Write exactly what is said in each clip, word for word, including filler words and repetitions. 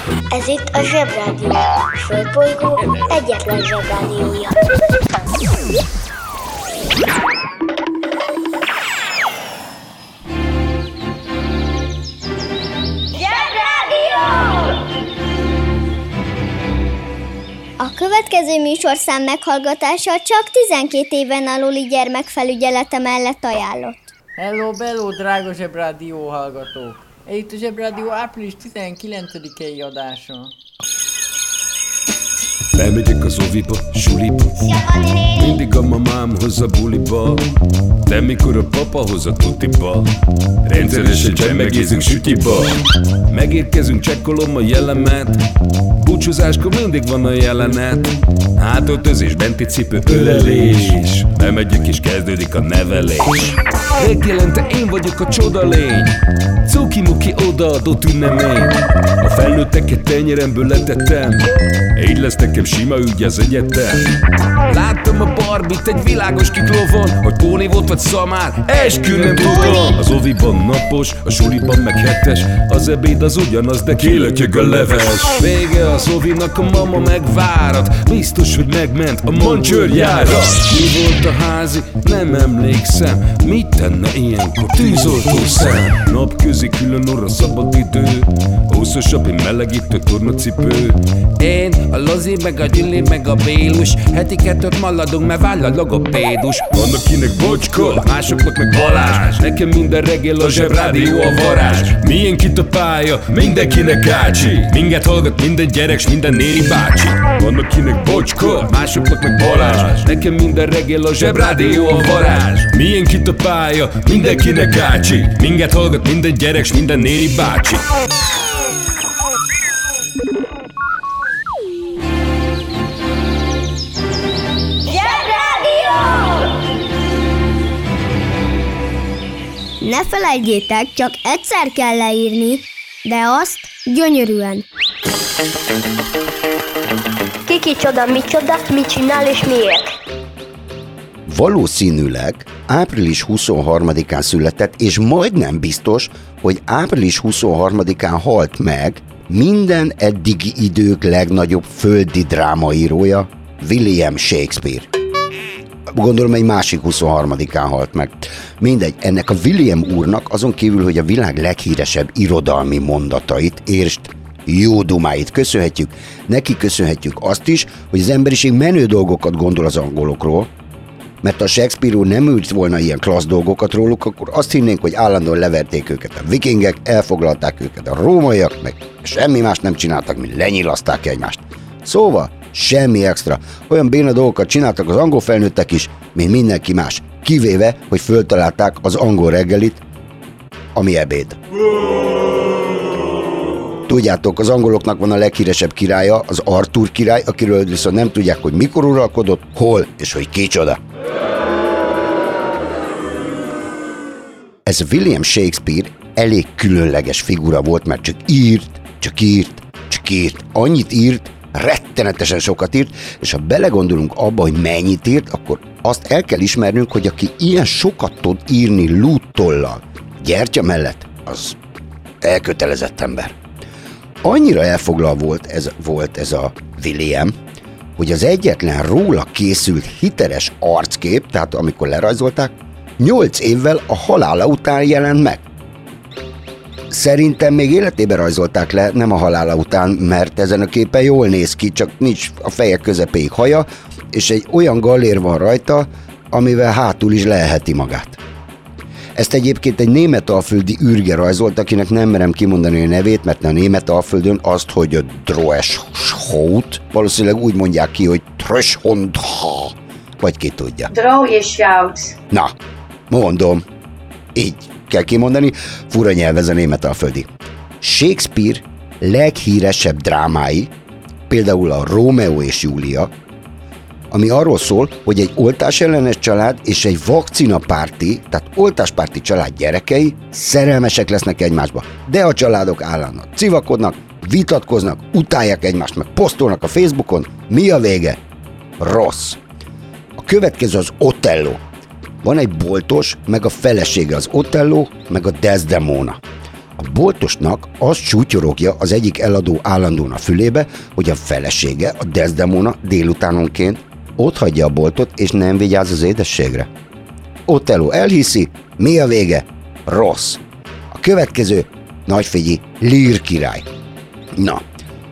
Ez itt a Zsebrádió, a Földbolygó egyetlen Zsebrádiója. Zsebrádió! A következő műsorszám meghallgatása csak tizenkét éven aluli gyermek felügyelete mellett ajánlott. Hello, bello, drága Zsebrádió hallgatók! Itt a Zsebrádió április tizenkilencedikei adása. Lemegyek az oviba, suliba, mindig a mamám hoz a buliba, de mikor a papa hoz a tutiba, rendszeresen csemmegézünk sütiba. Megérkezünk, csekkolom a jellemet, búcsúzáskor mindig van a jelenet. Hátöltözés, benti cipő, ölelés, bemegyek és kezdődik a nevelés. Megjelente én vagyok a csoda lény, cuki-muki odaadott ünnemény. A felnőtteket tenyeremből letettem, így lesz nekem sima ügy az egyetem. Láttam a Barbit egy világos kiklovon, hogy Póni volt vagy szamár, eskü nem tudom. Az oviban napos, a suliban meg hetes, az ebéd az ugyanaz, de kilötyög a leves. Vége az ovinak, a mama megvárat, biztos, hogy megment a mancsőrjára. Mi volt a házi? Nem emlékszem, mit tenne ilyenkor tűzoltó szem? Napközi külön orra szabad idő, húszosabb, én melegítő tornacipő. Én, a Lozi, meg a Gyüli, meg a Bélus, heti kettőt maladunk, mert váll a logopédus. Vannak kinek Bocska, másoknak meg Balázs, nekem minden reggel a Zsebrádió a varázs. Milyen kit a pálya, mindenkinek ácsi, minket hallgat minden gyerek, s minden néri bácsi. Vannak kinek Bocska, másoknak meg Balázs, nekem minden reggel a Zsebrádió a varázs. Milyen kit a pálya, mindenkinek ácsi, minket hallgat minden gyerek, s minden néri bácsi. Ne felejtjétek, csak egyszer kell leírni, de azt gyönyörűen. Ki kicsoda, micsoda, mit csinál és miért? Valószínűleg április huszonharmadikán született, és majdnem biztos, hogy április huszonharmadikán halt meg minden eddigi idők legnagyobb földi drámaírója, William Shakespeare. Gondolom egy másik huszonharmadikán halt meg. Mindegy, ennek a William úrnak azon kívül, hogy a világ leghíresebb irodalmi mondatait, értsd, jó dumáit köszönhetjük, neki köszönhetjük azt is, hogy az emberiség menő dolgokat gondol az angolokról, mert ha Shakespeare úr nem ült volna ilyen klassz dolgokat róluk, akkor azt hinnénk, hogy állandóan leverték őket a vikingek, elfoglalták őket a rómaiak, meg semmi más nem csináltak, mint lenyilaszták egymást. Szóval semmi extra. Olyan béna dolgokat csináltak az angol felnőttek is, mint mindenki más. Kivéve, hogy föltalálták az angol reggelit, ami ebéd. Tudjátok, az angoloknak van a leghíresebb királya, az Arthur király, akiről viszont nem tudják, hogy mikor uralkodott, hol és hogy kicsoda. Ez William Shakespeare elég különleges figura volt, mert csak írt, csak írt, csak írt. Annyit írt, rettenetesen sokat írt, és ha belegondolunk abba, hogy mennyit írt, akkor azt el kell ismernünk, hogy aki ilyen sokat tud írni lúttollal gyertya mellett, az elkötelezett ember. Annyira elfoglal volt ez, volt ez a William, hogy az egyetlen róla készült hiteles arckép, tehát amikor lerajzolták, nyolc évvel a halála után jelent meg. Szerintem még életében rajzolták le, nem a halála után, mert ezen a képen jól néz ki, csak nincs a feje közepéig haja, és egy olyan gallér van rajta, amivel hátul is leheti magát. Ezt egyébként egy németalföldi űrge rajzolt, akinek nem merem kimondani a nevét, mert a németalföldön azt, hogy a Droeschhout, valószínűleg úgy mondják ki, hogy Tröschondha, vagy ki tudja. Droeschhout. Na, mondom, így kell kimondani, fura nyelv ez a németalföldi. Shakespeare leghíresebb drámái, például a Rómeó és Júlia, ami arról szól, hogy egy oltásellenes család és egy vakcinapárti, tehát oltáspárti család gyerekei szerelmesek lesznek egymásba. De a családok állandóan civakodnak, vitatkoznak, utálják egymást, meg posztolnak a Facebookon. Mi a vége? Rossz. A következő az Otello. Van egy boltos, meg a felesége az Otello, meg a Desdemona. A boltosnak azt sútyorogja az egyik eladó állandóan a fülébe, hogy a felesége, a Desdemona délutánonként ott hagyja a boltot, és nem vigyáz az édességre. Othello elhiszi, mi a vége? Rossz. A következő nagyfigyi Lear király. Na,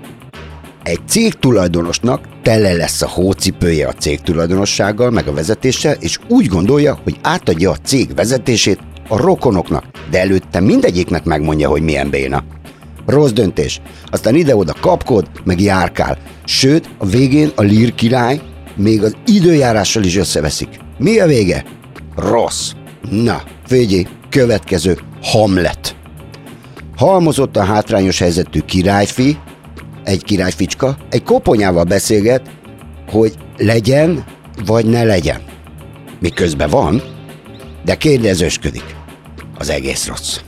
egy cégtulajdonosnak tele lesz a hócipője a cégtulajdonossággal, meg a vezetéssel, és úgy gondolja, hogy átadja a cég vezetését a rokonoknak, de előtte mindegyiknek megmondja, hogy milyen béna. Rossz döntés. Aztán ide-oda kapkod, meg járkál. Sőt, a végén a Lear király még az időjárással is összeveszik. Mi a vége? Rossz. Na, figyelj, következő Hamlet. Halmozott a hátrányos helyzetű királyfi, egy királyficska, egy koponyával beszélget, hogy legyen, vagy ne legyen. Miközben van, de kérdezősködik. Az egész rossz.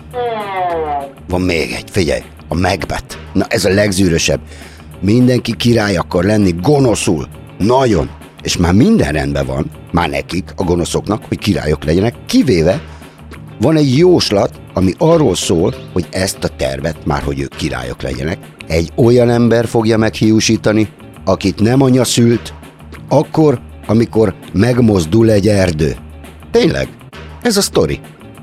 Van még egy, figyelj, a Macbeth. Na ez a legzűrösebb. Mindenki király akar lenni gonoszul. Nagyon. És már minden rendben van, már nekik, a gonoszoknak, hogy királyok legyenek, kivéve van egy jóslat, ami arról szól, hogy ezt a tervet, már hogy ők királyok legyenek, egy olyan ember fogja meghiúsítani, akit nem anya szült, akkor, amikor megmozdul egy erdő. Tényleg, ez a sztori.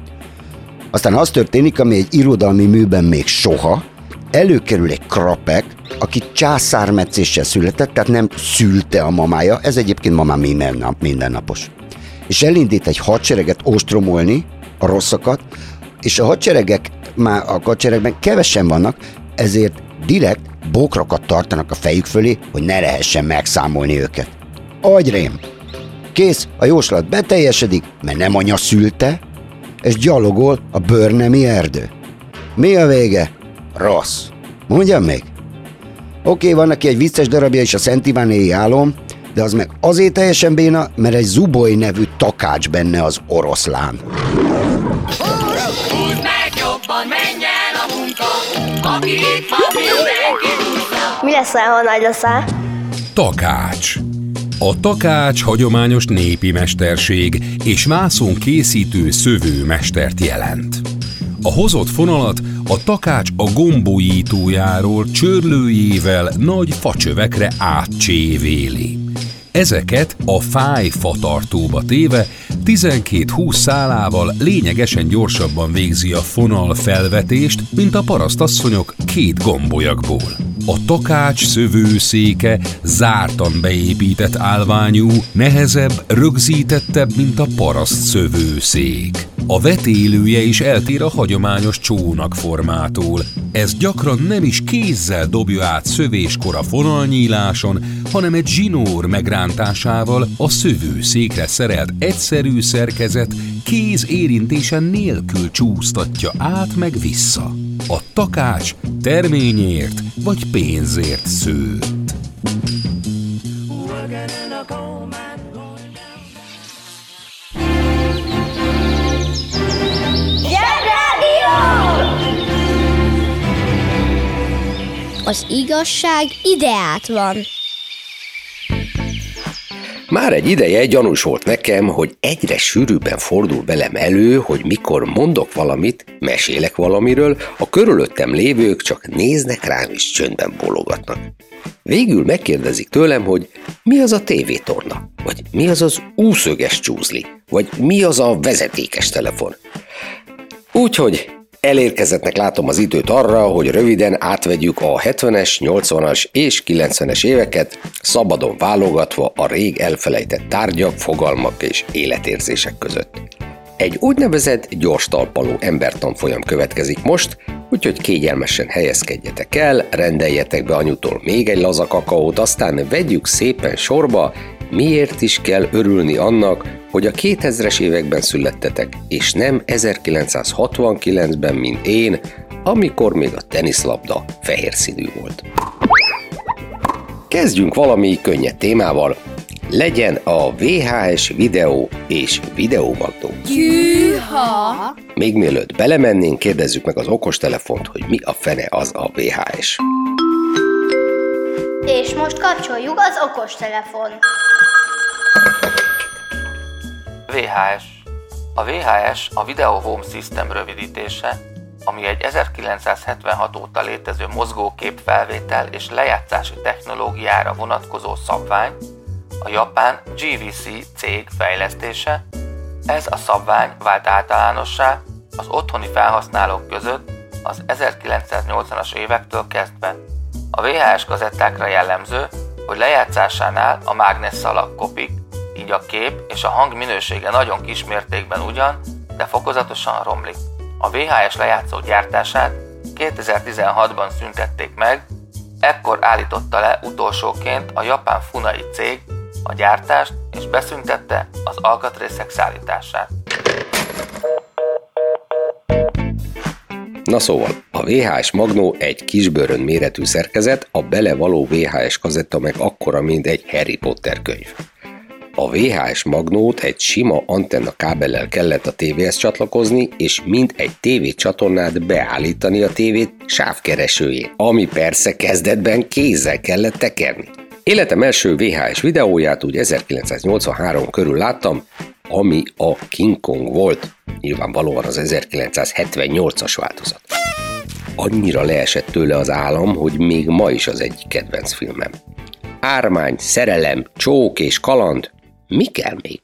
Aztán az történik, ami egy irodalmi műben még soha, előkerül egy krapek, aki császármetszéssel született, tehát nem szülte a mamája, ez egyébként mamá minden nap, mindennapos. És elindít egy hadsereget ostromolni, a rosszakat, és a hadseregek, már a hadseregben kevesen vannak, ezért direkt bokrakat tartanak a fejük fölé, hogy ne lehessen megszámolni őket. Agyrém! Kész, a jóslat beteljesedik, mert nem anya szülte, és gyalogol a bőrnemi erdő. Mi a vége? Rossz. Mondjam még? Oké, van neki egy vicces darabja is, a Szent Ivánéi álom, de az meg azért teljesen béna, mert egy Zuboly nevű takács benne az oroszlán. Húzd meg jobban, menj el a munka, aki itt van, mindenki húzza. Mi leszel, ha nagy leszel? Takács. A takács hagyományos népi mesterség és vászon készítő szövőmestert jelent. A hozott fonalat a takács a gombójítójáról csörlőjével nagy facsövekre átcsévéli. Ezeket a fáj fatartóba téve tizenkét-húsz szálával lényegesen gyorsabban végzi a fonal felvetést, mint a parasztasszonyok két gombolyagból. A takács szövőszéke zártan beépített állványú, nehezebb, rögzítettebb, mint a paraszt szövőszék. A vetélője is eltér a hagyományos csónakformától. Ez gyakran nem is kézzel dobja át szövéskor a fonalnyíláson, hanem egy zsinór megrántásával a szövőszékre szerelt egyszerű szerkezet kéz érintése nélkül csúsztatja át meg vissza. A takács terményért vagy pénzért szőtt. Az igazság ideát van. Már egy ideje gyanús volt nekem, hogy egyre sűrűbben fordul velem elő, hogy mikor mondok valamit, mesélek valamiről, a körülöttem lévők csak néznek rám és csöndben bólogatnak. Végül megkérdezik tőlem, hogy mi az a tévétorna, vagy mi az az úszöges csúzli, vagy mi az a vezetékes telefon. Úgyhogy elérkezettnek látom az időt arra, hogy röviden átvegyük a hetvenes, nyolcvanas és kilencvenes éveket, szabadon válogatva a rég elfelejtett tárgyak, fogalmak és életérzések között. Egy úgynevezett gyors talpaló embertanfolyam következik most, úgyhogy kényelmesen helyezkedjetek el, rendeljetek be anyutól még egy laza kakaót, aztán vegyük szépen sorba, miért is kell örülni annak, hogy a kétezres években születtetek, és nem ezerkilencszázhatvankilencben, mint én, amikor még a teniszlabda fehér színű volt. Kezdjünk valami könnyed témával, legyen a vé há es videó és videómagnó. Gyűha! Még mielőtt belemennénk, kérdezzük meg az okostelefont, hogy mi a fene az a vé há es. És most kapcsoljuk az okostelefon. vé há es. A vé há es a Video Home System rövidítése, ami egy ezerkilencszázhetvenhat óta létező mozgókép felvétel és lejátszási technológiára vonatkozó szabvány, a japán gé vé cé cég fejlesztése. Ez a szabvány vált általánossá az otthoni felhasználók között az ezerkilencszáznyolcvanas évektől kezdve. A vé há es kazettákra jellemző, hogy lejátszásánál a mágnesszalak kopik, így a kép és a hang minősége nagyon kis mértékben ugyan, de fokozatosan romlik. A vé há es lejátszó gyártását kétezer-tizenhatban szüntették meg, ekkor állította le utolsóként a japán Funai cég a gyártást és beszüntette az alkatrészek szállítását. Na szóval, a vé há es Magnó egy kisbőrön méretű szerkezet, a belevaló vé há es kazetta meg akkora, mint egy Harry Potter könyv. A vé há es Magnót egy sima antenna kábellel kellett a tévéhez csatlakozni, és mint egy tévécsatornát beállítani a tévét sávkeresőjén, ami persze kezdetben kézzel kellett tekerni. Életem első vé há es videóját úgy ezerkilencszáznyolcvanhárom körül láttam, ami a King Kong volt, nyilvánvalóan az ezerkilencszázhetvennyolcas változat. Annyira leesett tőle az állam, hogy még ma is az egyik kedvenc filmem. Ármány, szerelem, csók és kaland, mi kell még?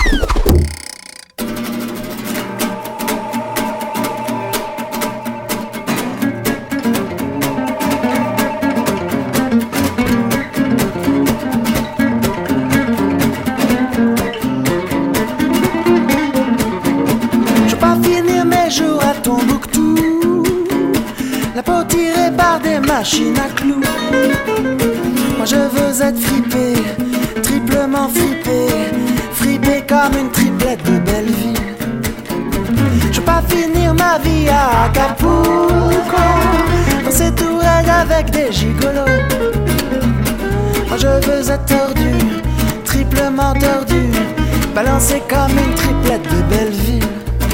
Machine à clous. Moi je veux être fripé, triplement fripé, fripé comme une triplette de Belleville. Je veux pas finir ma vie à Acapulco, dans ces tourelles avec des gigolos. Moi je veux être tordu, triplement tordu, balancé comme une triplette de Belleville.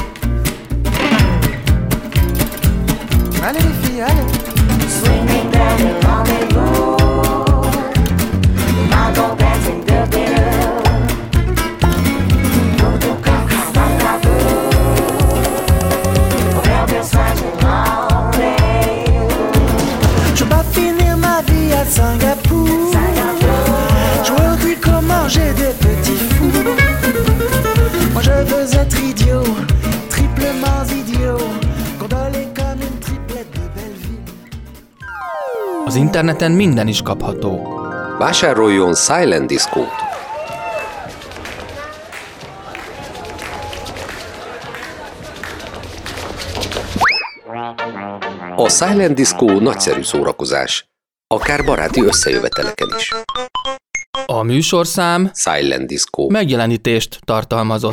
Allez les filles, allez. Swinging down the rendezvous, Margot dancing the bill. Dodo caca rendezvous, Robert bien sage rendez-vous. Je veux pas finir ma vie à Singapour, jouer au tricot, manger des petits fous. Moi je veux être idiot, triplement idiot, gondoler comme une triplette de Belleville. Az interneten minden is kapható. Vásároljon Silent Disco-t! A Silent Disco nagyszerű szórakozás, akár baráti összejöveteleken is. A műsorszám Silent Disco megjelenítést tartalmazott.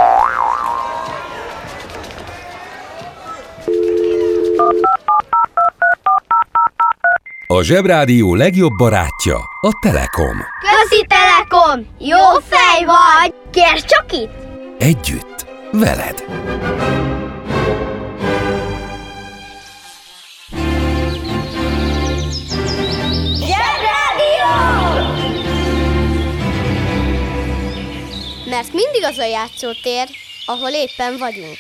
A Zsebrádió legjobb barátja a Telekom. Közi Telekom! Jó fej vagy! Kérd csak itt! Együtt, veled! Zsebrádió! Mert mindig az a játszótér, ahol éppen vagyunk.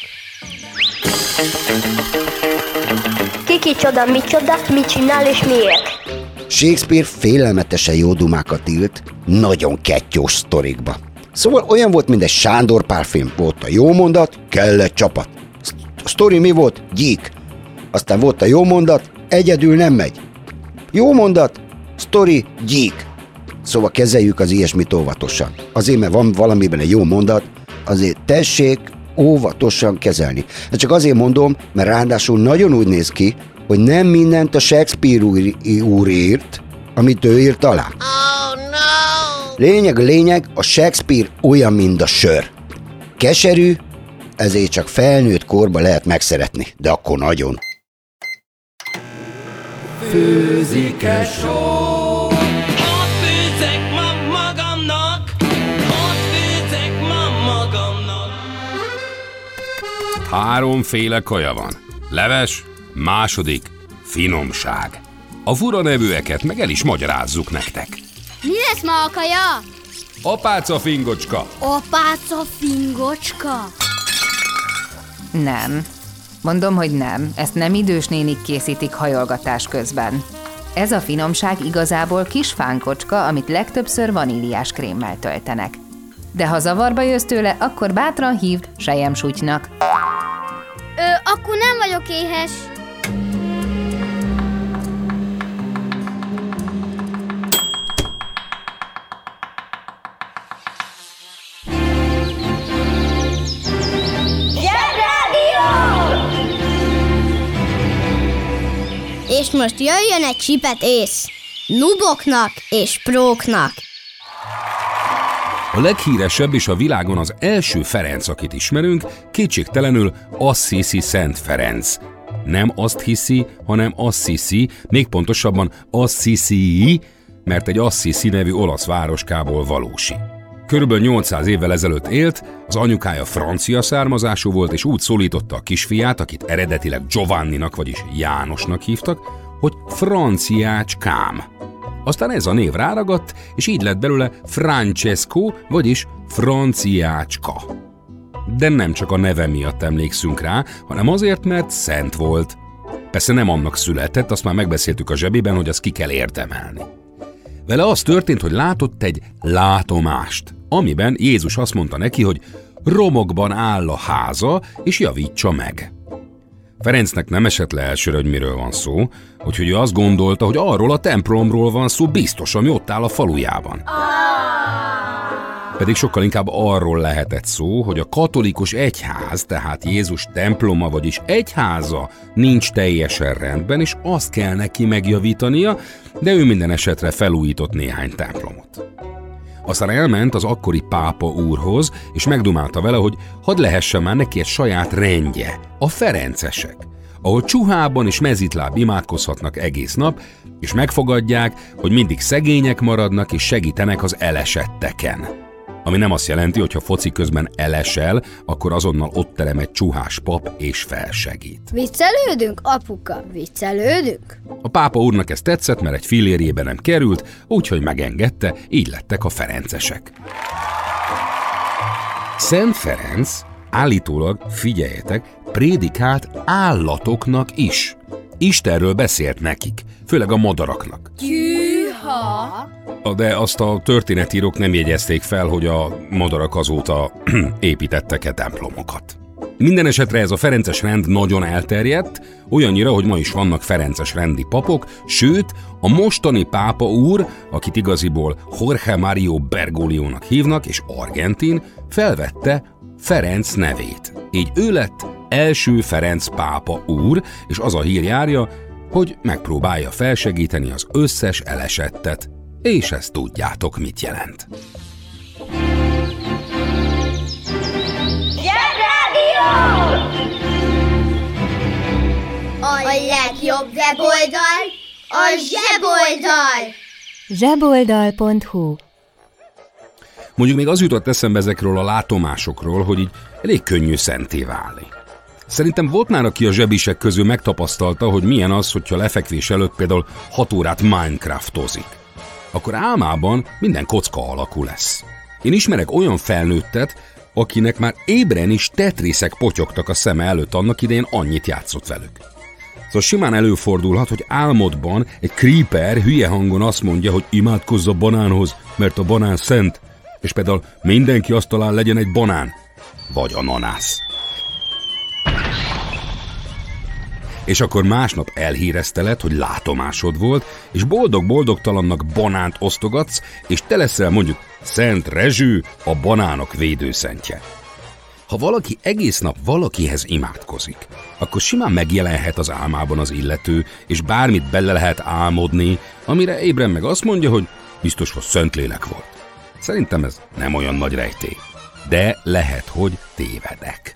Ki kicsoda, micsoda, mit csinál és miért? Shakespeare félelmetesen jó dumákat írt, nagyon kettyós sztorikba. Szóval olyan volt, mint egy Sándor Pál film. Volt a jó mondat, kellett csapat. A sztori mi volt? Gyík. Aztán volt a jó mondat, egyedül nem megy. Jó mondat, sztori, gyík. Szóval kezeljük az ilyesmit óvatosan. Azért, mert van valamiben egy jó mondat, azért tessék óvatosan kezelni. De csak azért mondom, mert ráadásul nagyon úgy néz ki, hogy nem mindent a Shakespeare úr, úr írt, amit ő írt alá. Oh, no. Lényeg a lényeg, a Shakespeare olyan, mint a sör. Keserű, ezért csak felnőtt korba lehet megszeretni, de akkor nagyon. Főzik-e só? Ott főzek ma magamnak, ott főzek ma magamnak. Háromféle kaja van. Leves, második, finomság. A fura nevűeket meg el is magyarázzuk nektek. Mi lesz ma a kaja? Apáca fingocska. Apáca fingocska? Nem. Mondom, hogy nem, ezt nem idős nénik készítik hajolgatás közben. Ez a finomság igazából kis fánkocska, amit legtöbbször vaníliás krémmel töltenek. De ha zavarba jössz tőle, akkor bátran hívd selyemsutynak. Ö, akkor nem vagyok éhes. És most jöjjön egy csipet ész. Nuboknak és próknak. A leghíresebb és a világon az első Ferenc, akit ismerünk, kétségtelenül Assisi Szent Ferenc. Nem azt hiszi, hanem Assisi, még pontosabban Assisi, mert egy Assisi nevű olasz városkából valósi. Körülbelül nyolcszáz évvel ezelőtt élt, az anyukája francia származású volt, és úgy szólította a kisfiát, akit eredetileg Giovanninak, vagyis Jánosnak hívtak, hogy Franciácskám. Aztán ez a név ráragadt, és így lett belőle Francesco, vagyis Franciácska. De nem csak a neve miatt emlékszünk rá, hanem azért, mert szent volt. Persze nem annak született, azt már megbeszéltük a zsebében, hogy azt ki kell érdemelni. Vele az történt, hogy látott egy látomást, amiben Jézus azt mondta neki, hogy romokban áll a háza, és javítsa meg. Ferencnek nem esett le elsőre, hogy miről van szó, úgyhogy ő azt gondolta, hogy arról a templomról van szó biztos, ami ott áll a falujában. Pedig sokkal inkább arról lehetett szó, hogy a katolikus egyház, tehát Jézus temploma, vagyis egyháza nincs teljesen rendben, és azt kell neki megjavítania, de ő minden esetre felújított néhány templomot. Aztán elment az akkori pápa úrhoz, és megdumálta vele, hogy hadd lehessen már neki egy saját rendje, a ferencesek, ahol csuhában és mezitláb imádkozhatnak egész nap, és megfogadják, hogy mindig szegények maradnak és segítenek az elesetteken. Ami nem azt jelenti, hogy ha foci közben elesel, akkor azonnal ott terem egy csuhás pap és felsegít. Viccelődünk, apuka, viccelődünk? A pápa úrnak ez tetszett, mert egy fillérjébe nem került, úgyhogy megengedte, így lettek a ferencesek. Szent Ferenc állítólag, figyeljetek, prédikált állatoknak is. Istenről beszélt nekik, főleg a madaraknak. Tűha! De azt a történetírók nem jegyezték fel, hogy a madarak azóta építettek-e templomokat. Minden esetre ez a ferences rend nagyon elterjedt, olyannyira, hogy ma is vannak ferences rendi papok, sőt, a mostani pápa úr, akit igaziból Jorge Mario Bergoglio-nak hívnak, és argentin, felvette Ferenc nevét. Így ő lett első Ferenc pápa úr, és az a hír járja, hogy megpróbálja felsegíteni az összes elesettet, és ezt tudjátok, mit jelent. Zsebrádió! A legjobb weboldal a zseboldal! zseboldal pont hu. Mondjuk még az jutott eszembe ezekről a látomásokról, hogy így elég könnyű szenté válni. Szerintem volt már, aki a zsebisek közül megtapasztalta, hogy milyen az, hogyha lefekvés előtt például hat órát Minecraftozik. Akkor álmában minden kocka alakú lesz. Én ismerek olyan felnőttet, akinek már ébren is tetriszek potyogtak a szeme előtt, annak idején annyit játszott velük. Szóval simán előfordulhat, hogy álmodban egy creeper hülye hangon azt mondja, hogy imádkozz a banánhoz, mert a banán szent, és például mindenki azt talál, legyen egy banán, vagy ananász. És akkor másnap elhírezteled, hogy látomásod volt, és boldog-boldogtalannak banánt osztogatsz, és te leszel mondjuk Szent Rezső, a banánok védőszentje. Ha valaki egész nap valakihez imádkozik, akkor simán megjelenhet az álmában az illető, és bármit bele lehet álmodni, amire ébren meg azt mondja, hogy biztos, hogy Szentlélek volt. Szerintem ez nem olyan nagy rejtély, de lehet, hogy tévedek.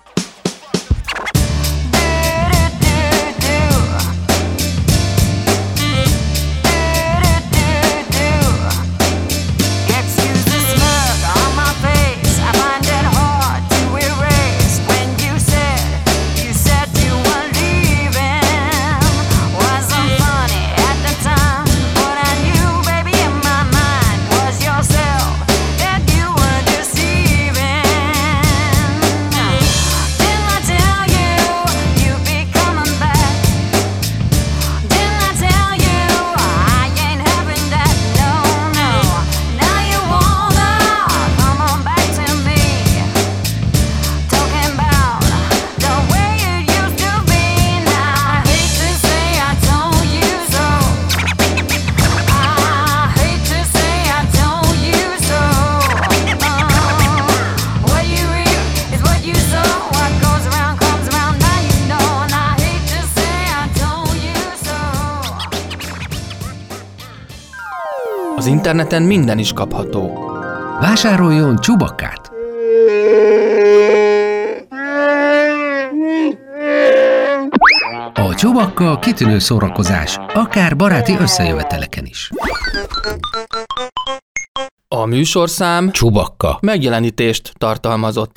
Az interneten minden is kapható. Vásároljon Csubakkát! A Csubakka kitűnő szórakozás, akár baráti összejöveteleken is. A műsorszám Csubakka megjelenítést tartalmazott.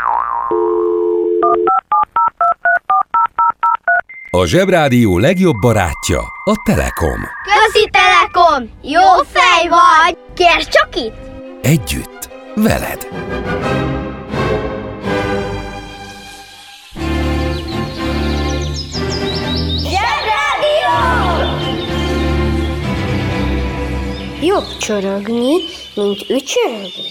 A Zsebrádió legjobb barátja a Telekom. Közi Telekom! Jó fej vagy! Kérd csak itt! Együtt, veled! Zsebrádió! Jobb csorogni, mint ücsörögni.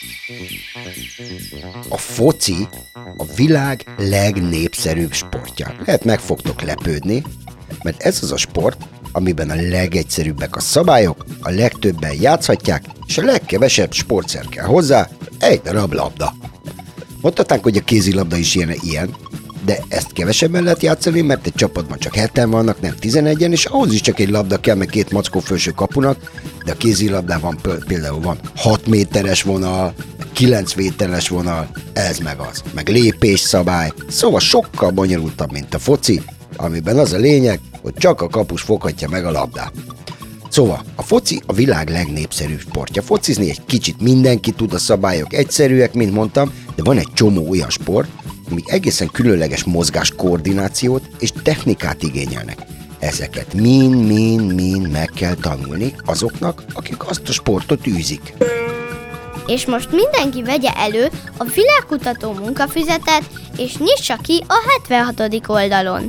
A foci a világ legnépszerűbb sportja. Lehet meg fogtok lepődni, mert ez az a sport, amiben a legegyszerűbbek a szabályok, a legtöbben játszhatják, és a legkevesebb sportszer kell hozzá, egy darab labda. Mondhatnánk, hogy a kézilabda is ilyen, ilyen, de ezt kevesebben lehet játszani, mert egy csapatban csak heten vannak, nem tizenegyen, és ahhoz is csak egy labda kell, meg két mackó felső kapunak, de a kézilabdában például van hat méteres vonal, kilenc méteres vonal, ez meg az, meg lépésszabály, szóval sokkal bonyolultabb, mint a foci, amiben az a lényeg, hogy csak a kapus foghatja meg a labdát. Szóval a foci a világ legnépszerűbb sportja. Focizni egy kicsit mindenki tud, a szabályok egyszerűek, mint mondtam, de van egy csomó olyan sport, amik egészen különleges mozgáskoordinációt és technikát igényelnek. Ezeket mind-mind-mind meg kell tanulni azoknak, akik azt a sportot űzik. És most mindenki vegye elő a világkutató munkafüzetet, és nyissa ki a hetvenhatodik oldalon.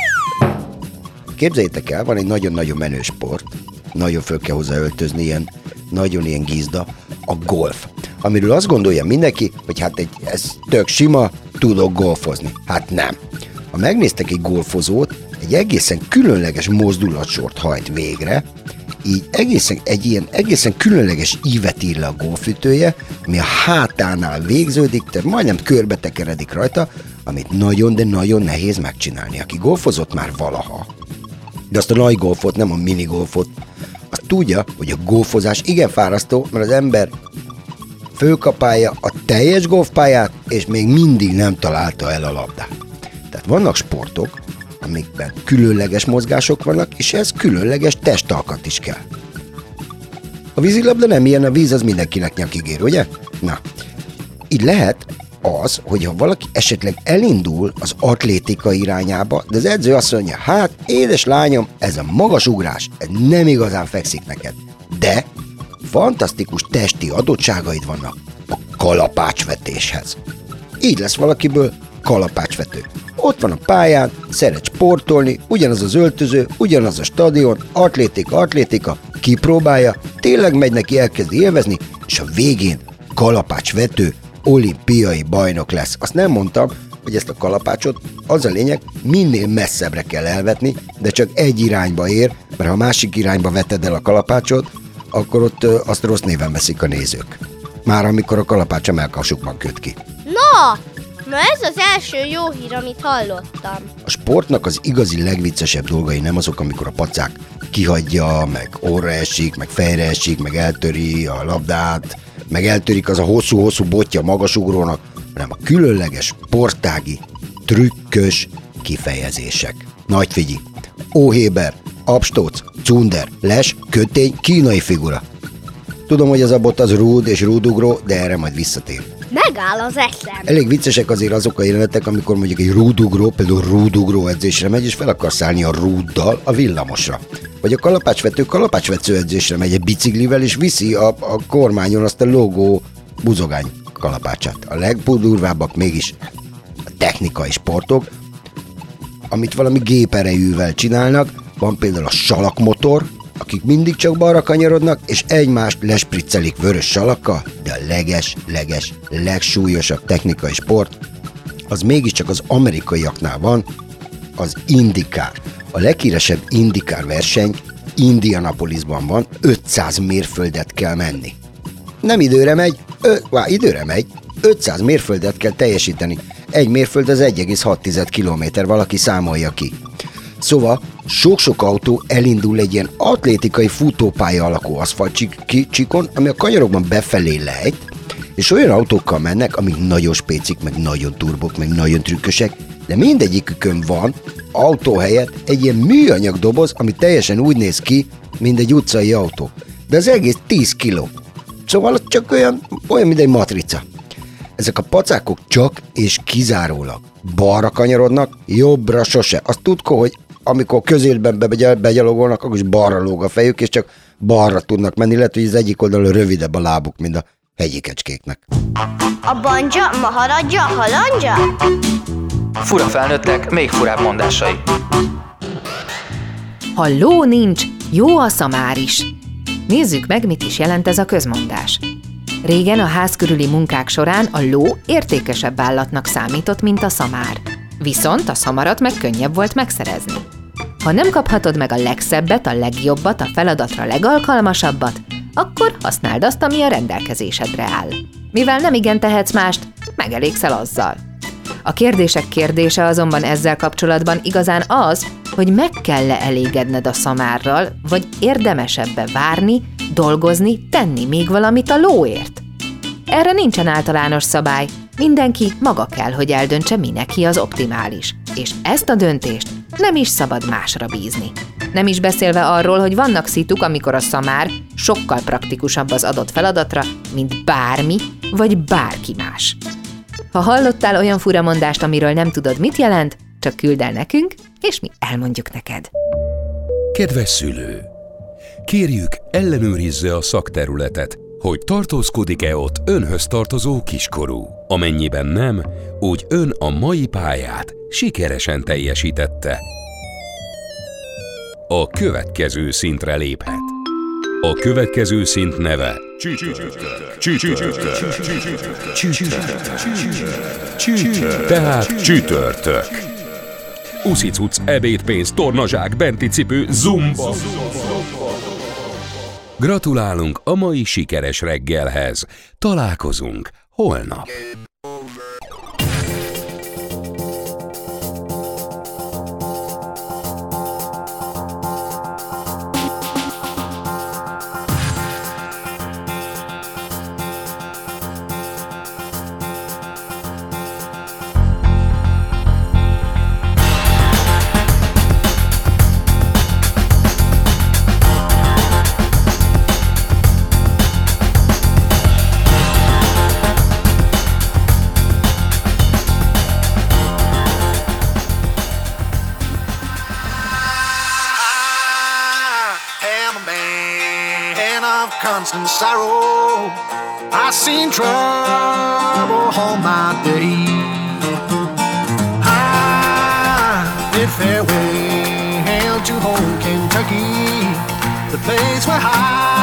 Képzeljétek el, van egy nagyon-nagyon menő sport, nagyon föl kell hozzá öltözni, ilyen, nagyon ilyen gizda, a golf. Amiről azt gondolja mindenki, hogy hát egy, ez tök sima, tudok golfozni. Hát nem. Ha megnéztek egy golfozót, egy egészen különleges mozdulatsort hajt végre, így egészen, egy ilyen egészen különleges ívet ír le a golfütője, ami a hátánál végződik, tehát majdnem körbe tekeredik rajta, amit nagyon, de nagyon nehéz megcsinálni. Aki golfozott már valaha, de azt a nagy golfot, nem a mini golfot, azt tudja, hogy a golfozás igen fárasztó, mert az ember fölkapálja a teljes golfpályát, és még mindig nem találta el a labdát. Tehát vannak sportok, amikben különleges mozgások vannak, és ez különleges testalkat is kell. A vízilabda nem ilyen, a víz az mindenkinek nyakigér, ugye? Na, így lehet az, hogy ha valaki esetleg elindul az atlétika irányába, de az edző azt mondja, hát édes lányom, ez a magas ugrás, ez nem igazán fekszik neked, de fantasztikus testi adottságaid vannak a kalapácsvetéshez. Így lesz valakiből kalapácsvető. Ott van a pályán, szeret sportolni, ugyanaz az öltöző, ugyanaz a stadion, atlétika, atlétika, kipróbálja, tényleg megy neki, elkezdi élvezni, és a végén kalapácsvető olimpiai bajnok lesz. Azt nem mondtam, hogy ezt a kalapácsot, az a lényeg, minél messzebbre kell elvetni, de csak egy irányba ér, mert ha másik irányba veted el a kalapácsot, akkor ott ö, azt rossz néven veszik a nézők. Már amikor a kalapács a mellkasukban köt ki. Na, na ez az első jó hír, amit hallottam. A sportnak az igazi legviccesebb dolgai nem azok, amikor a pacák kihagyja, meg orra esik, meg fejre esik, meg eltöri a labdát, meg eltörik az a hosszú-hosszú botja magasugrónak, hanem a különleges, sportági, trükkös kifejezések. Nagy figyi, óhéber, abstóc, cunder, les, kötény, kínai figura. Tudom, hogy az a bot az rúd és rúdugró, de erre majd visszatér. Megáll az eszem. Elég viccesek azért azok a jelenetek, amikor mondjuk egy rúdugró, például rúdugró edzésre megy, és fel akar szállni a rúddal a villamosra. Vagy a kalapácsvető kalapácsvető edzésre megy egy biciklivel, és viszi a, a kormányon azt a logó buzogány kalapácsát. A legdurvábbak mégis a technikai sportok, amit valami géperejűvel csinálnak. Van például a salakmotor, akik mindig csak balra kanyarodnak, és egymást lespriccelik vörös salakkal, de a leges, leges, legsúlyosabb technikai sport, az mégiscsak az amerikaiaknál van, az IndyCar. A leghíresebb IndyCar verseny Indianapolisban van, ötszáz mérföldet kell menni. Nem időre megy, ö, vá, időre megy, ötszáz mérföldet kell teljesíteni. Egy mérföld az egy egész hat kilométer, valaki számolja ki. Szóval sok-sok autó elindul egy ilyen atlétikai futópálya alakú aszfaltcsíkon, ami a kanyarokban befelé lejt, és olyan autókkal mennek, amik nagyon spécik, meg nagyon turbok, meg nagyon trükkösek, de mindegyikükön van autó helyett egy ilyen műanyag doboz, ami teljesen úgy néz ki, mint egy utcai autó. De az egész tíz kiló. Szóval csak olyan, olyan, mint egy matrica. Ezek a pacákok csak és kizárólag balra kanyarodnak, jobbra sose. Azt tudko, hogy amikor közértben begyalogolnak, akkor is balra lóg a fejük, és csak balra tudnak menni, lehet, hogy az egyik oldalon rövidebb a lábuk, mint a hegyi kecskéknek. A banja, maharadja, halandja? Fura felnőttek, még furább mondásai. Ha ló nincs, jó a szamár is. Nézzük meg, mit is jelent ez a közmondás. Régen a ház körüli munkák során a ló értékesebb állatnak számított, mint a szamár. Viszont a szamarat meg könnyebb volt megszerezni. Ha nem kaphatod meg a legszebbet, a legjobbat, a feladatra legalkalmasabbat, akkor használd azt, ami a rendelkezésedre áll. Mivel nem igen tehetsz mást, megelégszel azzal. A kérdések kérdése azonban ezzel kapcsolatban igazán az, hogy meg kell-e elégedned a szamárral, vagy érdemesebbe várni, dolgozni, tenni még valamit a lóért. Erre nincsen általános szabály, mindenki maga kell, hogy eldöntse, mi neki az optimális, és ezt a döntést nem is szabad másra bízni. Nem is beszélve arról, hogy vannak szituk, amikor a szamár sokkal praktikusabb az adott feladatra, mint bármi vagy bárki más. Ha hallottál olyan furamondást, amiről nem tudod, mit jelent, csak küld el nekünk, és mi elmondjuk neked. Kedves szülő! Kérjük, ellenőrizze a szakterületet, hogy tartózkodik-e ott önhöz tartozó kiskorú. Amennyiben nem, úgy ön a mai pályát sikeresen teljesítette. A következő szintre léphet. A következő szint neve Tehát csütörtök. Uszicuc, ebédpénz, tornazsák, benti cipő, zumba. Gratulálunk a mai sikeres reggelhez. Találkozunk holnap. Constant sorrow, I've seen trouble all my day. I bid farewell to home Kentucky, the place where I